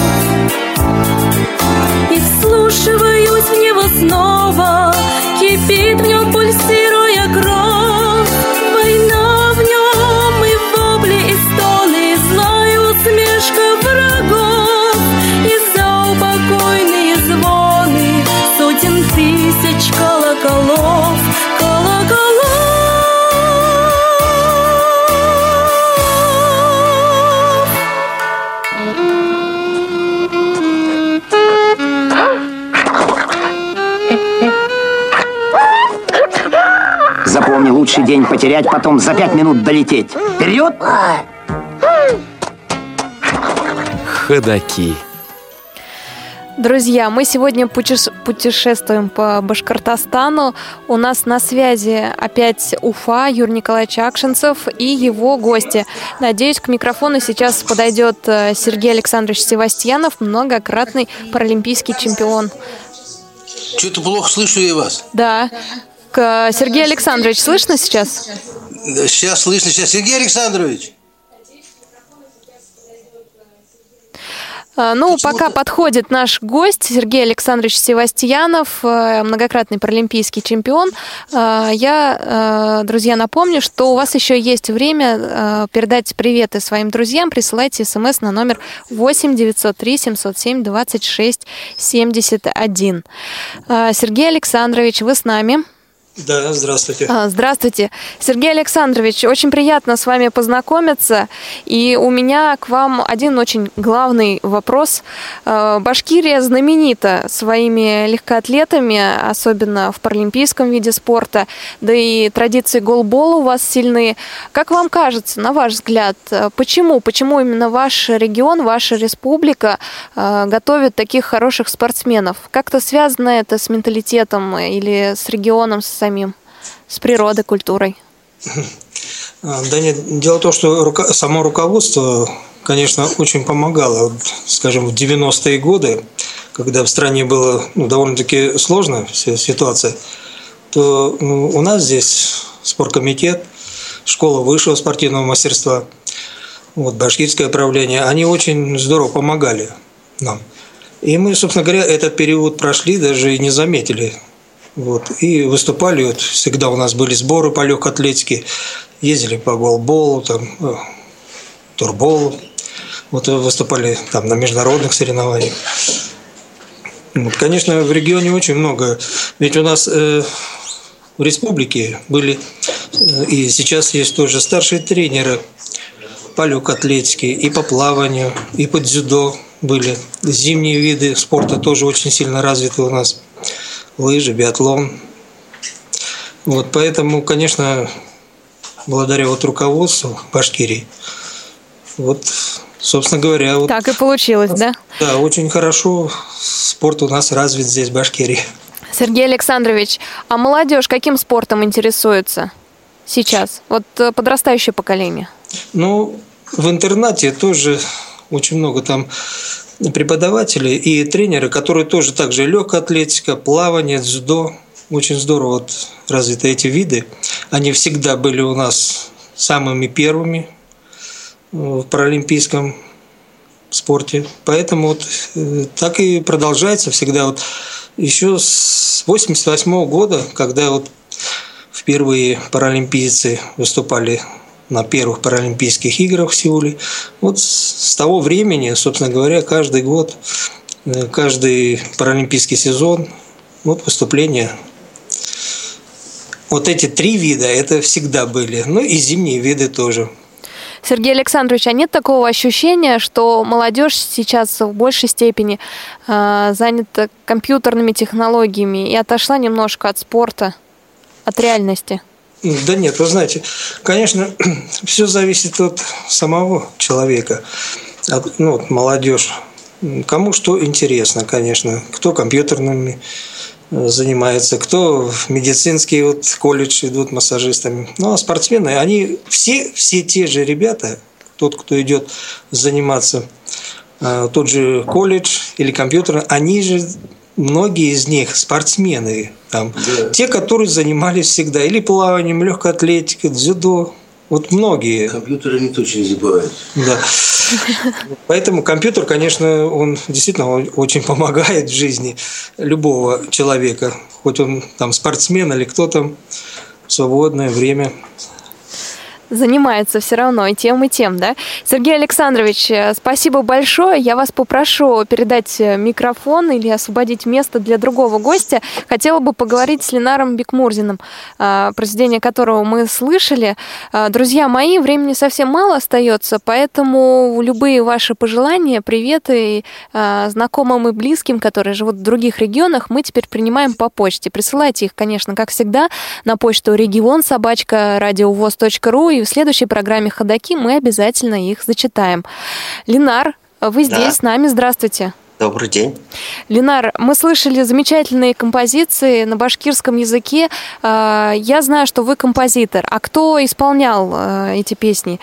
И вслушиваюсь в него снова, кипит в нем, пульсируя кровь. Война в нем и вопли, и стоны, и злая усмешка врагов. И заупокойные звоны сотен тысяч колоколов, колоколов. Запомни, лучший день потерять, потом за 5 минут долететь. Вперед! Ходаки. Друзья, мы сегодня путешествуем по Башкортостану. У нас на связи опять Уфа, Юрий Николаевич Акшинцев и его гости. Надеюсь, к микрофону сейчас подойдет Сергей Александрович Севастьянов, многократный паралимпийский чемпион. Что-то плохо слышу я вас. Да. Сергей Александрович, слышно сейчас? Да, сейчас слышно. Сейчас, Сергей Александрович. Ну, пока подходит наш гость Сергей Александрович Севастьянов, многократный паралимпийский чемпион. Я, друзья, напомню, что у вас еще есть время передать приветы своим друзьям. Присылайте смс на номер 8 903 707 26 71. Сергей Александрович, вы с нами? Да, здравствуйте. Здравствуйте. Сергей Александрович, очень приятно с вами познакомиться. И у меня к вам один очень главный вопрос. Башкирия знаменита своими легкоатлетами, особенно в паралимпийском виде спорта, да и традиции голбола у вас сильные. Как вам кажется, на ваш взгляд, почему именно ваш регион, ваша республика готовит таких хороших спортсменов? Как-то связано это с менталитетом или с регионом, с природой, культурой? Да нет, дело в том, что само руководство конечно, очень помогала. Вот, скажем, в 90-е годы, когда в стране было довольно-таки сложная вся ситуация, то у нас здесь спорткомитет, школа высшего спортивного мастерства, башкирское правление, они очень здорово помогали нам. И мы, собственно говоря, этот период прошли, даже и не заметили. И выступали, всегда у нас были сборы по легкой атлетике, ездили по голболу, турболу, выступали там на международных соревнованиях. Конечно, в регионе очень много, ведь у нас в республике были, и сейчас есть тоже старшие тренеры по легкой атлетике, и по плаванию, и по дзюдо были. Зимние виды спорта тоже очень сильно развиты у нас. Лыжи, биатлон. Поэтому, конечно, благодаря руководству Башкирии, собственно говоря... Так и получилось, да? Да, очень хорошо спорт у нас развит здесь, в Башкирии. Сергей Александрович, а молодежь каким спортом интересуется сейчас? Подрастающее поколение. В интернате тоже очень много там преподавателей и тренеры, которые тоже также легкая атлетика, плавание, дзюдо. Очень здорово развиты эти виды. Они всегда были у нас самыми первыми в паралимпийском спорте. Поэтому так и продолжается всегда. Еще с 1988 года, когда впервые паралимпийцы выступали на первых Паралимпийских играх в Сеуле. С того времени, собственно говоря, каждый год, каждый паралимпийский сезон, выступления. Эти 3 вида, это всегда были. И зимние виды тоже. Сергей Александрович, а нет такого ощущения, что молодежь сейчас в большей степени занята компьютерными технологиями и отошла немножко от спорта, от реальности? Да нет, вы знаете, конечно, все зависит от самого человека, молодежь. Кому что интересно, конечно. Кто компьютерными занимается, кто в медицинский колледж идут массажистами. А спортсмены, они все те же ребята, тот, кто идет заниматься, тот же колледж или компьютер, они же... Многие из них спортсмены, те, которые занимались всегда или плаванием, легкой атлетикой, дзюдо. Многие. Компьютеры не точно забывают. Да. Поэтому компьютер, конечно, он действительно очень помогает в жизни любого человека. Хоть он спортсмен или кто в свободное время занимается все равно и тем, да? Сергей Александрович, спасибо большое. Я вас попрошу передать микрофон или освободить место для другого гостя. Хотела бы поговорить с Ленаром Бекмурзиным, произведение которого мы слышали. Друзья мои, времени совсем мало остается, поэтому любые ваши пожелания, приветы знакомым и близким, которые живут в других регионах, мы теперь принимаем по почте. Присылайте их, конечно, как всегда, на почту region@radiovos.ru, и в следующей программе «Ходоки» мы обязательно их зачитаем. Ленар, вы здесь с нами. Здравствуйте. Добрый день. Ленар, мы слышали замечательные композиции на башкирском языке. Я знаю, что вы композитор. А кто исполнял эти песни?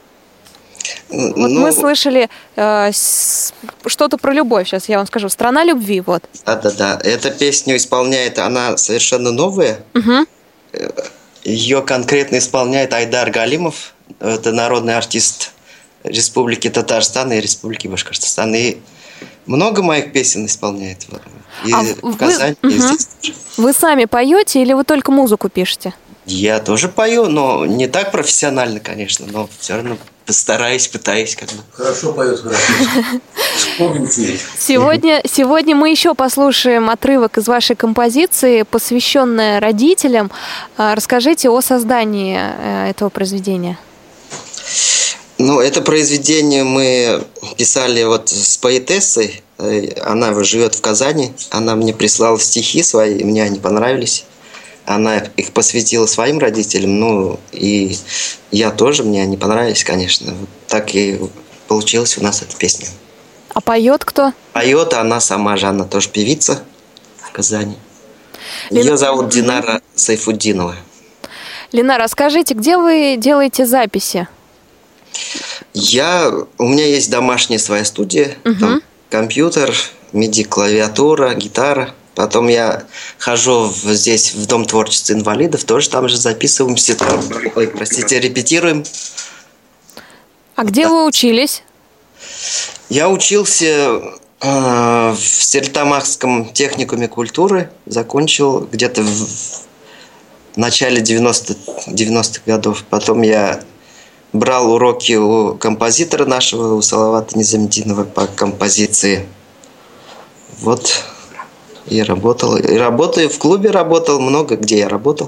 Мы слышали что-то про любовь. Сейчас я вам скажу. «Страна любви». Да. Эта песню исполняет, она совершенно новая. Угу. Ее конкретно исполняет Айдар Галимов. Это народный артист Республики Татарстан и Республики Башкортостан. И много моих песен исполняет. И в Казани, и здесь тоже. Вы сами поете или вы только музыку пишете? Я тоже пою, но не так профессионально, конечно, но все равно пытаюсь. Хорошо поет, хорошо. Вспомните. Сегодня мы еще послушаем отрывок из вашей композиции, посвященная родителям. Расскажите о создании этого произведения. Это произведение мы писали с поэтессой. Она живет в Казани. Она мне прислала стихи свои, мне они понравились. Она их посвятила своим родителям, и я тоже, мне они понравились, конечно. Так и получилась у нас эта песня. А поет кто? Поет она сама же, она тоже певица в Казани. Ее зовут Динара Сайфуддинова. Ленар, расскажите, где вы делаете записи? У меня есть домашняя своя студия, там компьютер, MIDI-клавиатура, гитара. Потом я хожу здесь в Дом творчества инвалидов, тоже там же записываемся, репетируем. А где вы учились? Я учился в Стерлитамакском техникуме культуры, закончил где-то в начале 90-х годов. Потом я брал уроки у композитора нашего, у Салавата Низамединова по композиции. Вот, и работал. И работаю, в клубе работал, много где я работал.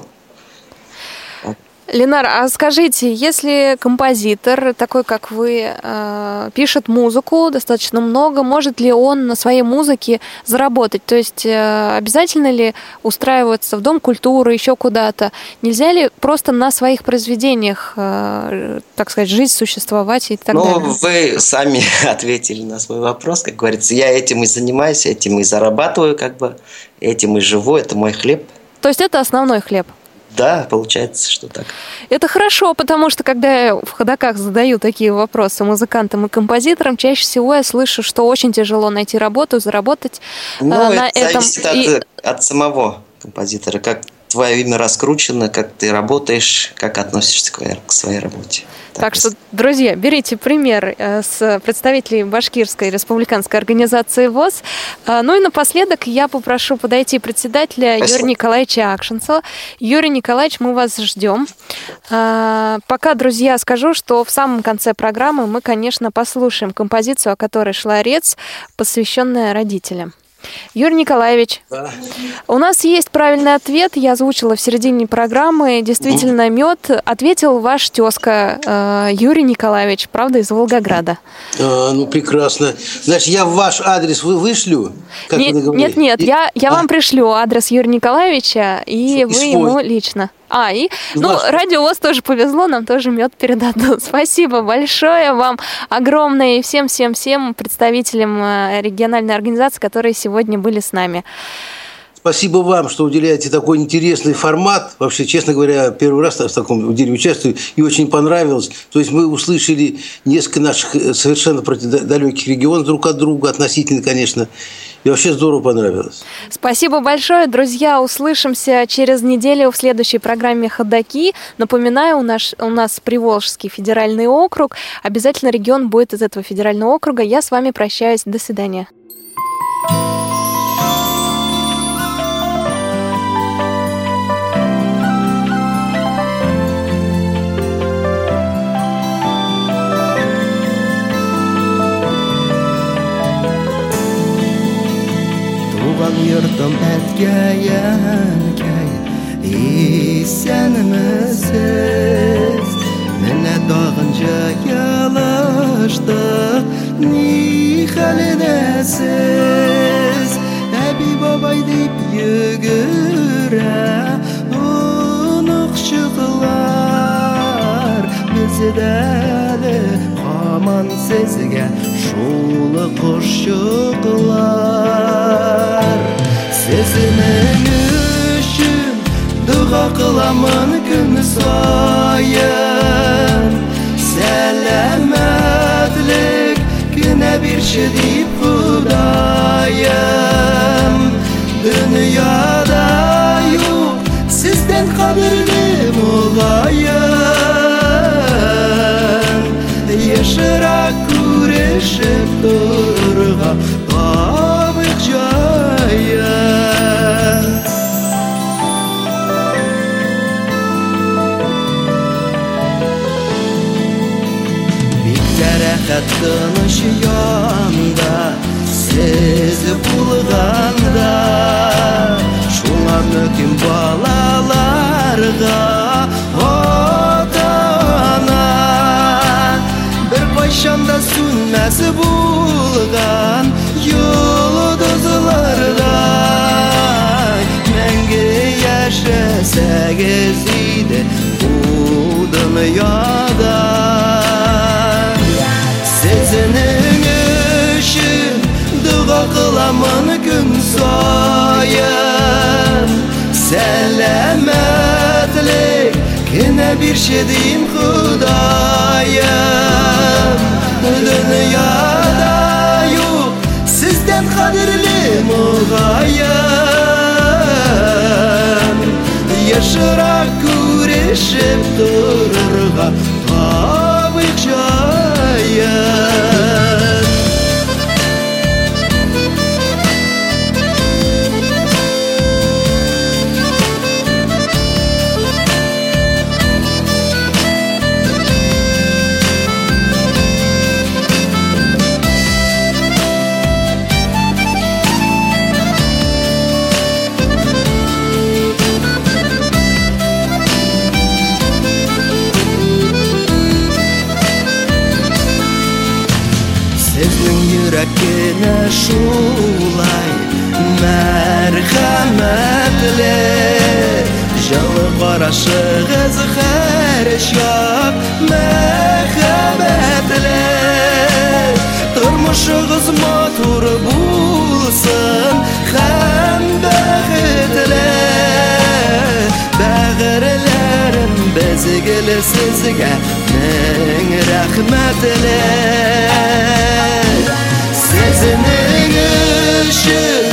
Ленар, а скажите, если композитор, такой как вы, пишет музыку достаточно много, может ли он на своей музыке заработать? То есть обязательно ли устраиваться в Дом культуры, еще куда-то? Нельзя ли просто на своих произведениях, так сказать, жить, существовать и так далее? Вы сами ответили на свой вопрос, как говорится. Я этим и занимаюсь, этим и зарабатываю, этим и живу, это мой хлеб. То есть это основной хлеб? Да, получается, что так. Это хорошо, потому что когда я в ходоках задаю такие вопросы музыкантам и композиторам, чаще всего я слышу, что очень тяжело найти работу, заработать на этом. Зависит от самого композитора, как твое имя раскручено, как ты работаешь, как относишься к своей работе. Так что, друзья, берите пример с представителей Башкирской республиканской организации ВОС. Ну и напоследок я попрошу подойти председателя Юрия Николаевича Акшинцева. Юрий Николаевич, мы вас ждем. Пока, друзья, скажу, что в самом конце программы мы, конечно, послушаем композицию, о которой шла речь, посвященная родителям. Юрий Николаевич, у нас есть правильный ответ, я озвучила в середине программы, действительно мед, ответил ваш тезка Юрий Николаевич, правда, из Волгограда. Ну, прекрасно. Значит, я ваш адрес вышлю? Нет, я вам пришлю адрес Юрия Николаевича, и вы ему лично. Радио ВОС тоже повезло, нам тоже мед передадут. Спасибо большое вам огромное и всем представителям региональной организации, которые сегодня были с нами. Спасибо вам, что уделяете такой интересный формат. Вообще, честно говоря, первый раз в таком деле участвую и очень понравилось. То есть мы услышали несколько наших совершенно далеких регионов друг от друга, относительно, конечно. И вообще здорово понравилось. Спасибо большое, друзья. Услышимся через неделю в следующей программе «Ходоки». Напоминаю, у нас Приволжский федеральный округ. Обязательно регион будет из этого федерального округа. Я с вами прощаюсь. До свидания. Yurtum etkeyenkey İsyanımızsız Mene doğunca yalıştık Ni halidesiz Ebi babay deyip yügüre Unukşuklar Bizideli Aman sizge Şulu kuşuklar Sizinin üçün Dua kılamın gün sayın Selametlik Güne bir şey deyip Hudayım Dünyada yok Sizden kadirli mulayım Yaşırak kureşip durga Tabık cayım Hattınış yanda Siz bulganda Şuna möküm balalarga Otana Bir koyşanda sünmesi bulgan Yıldızlarda Menge yaşasagiz idi Bu dünyada Sizinin üçün Dua kılamın gün sayın Selametlik Yine bir şey diyeyim Hudayım Yaxşıрақ күрешіп тұрырға табық жайын Yüreğine şulay merhametli Jalı qarashığız her şak merhametli Turmuşığız motor bulsun hem bəxtli Bəğirlərin bezgili sizge min rəhmətli Sizin üçün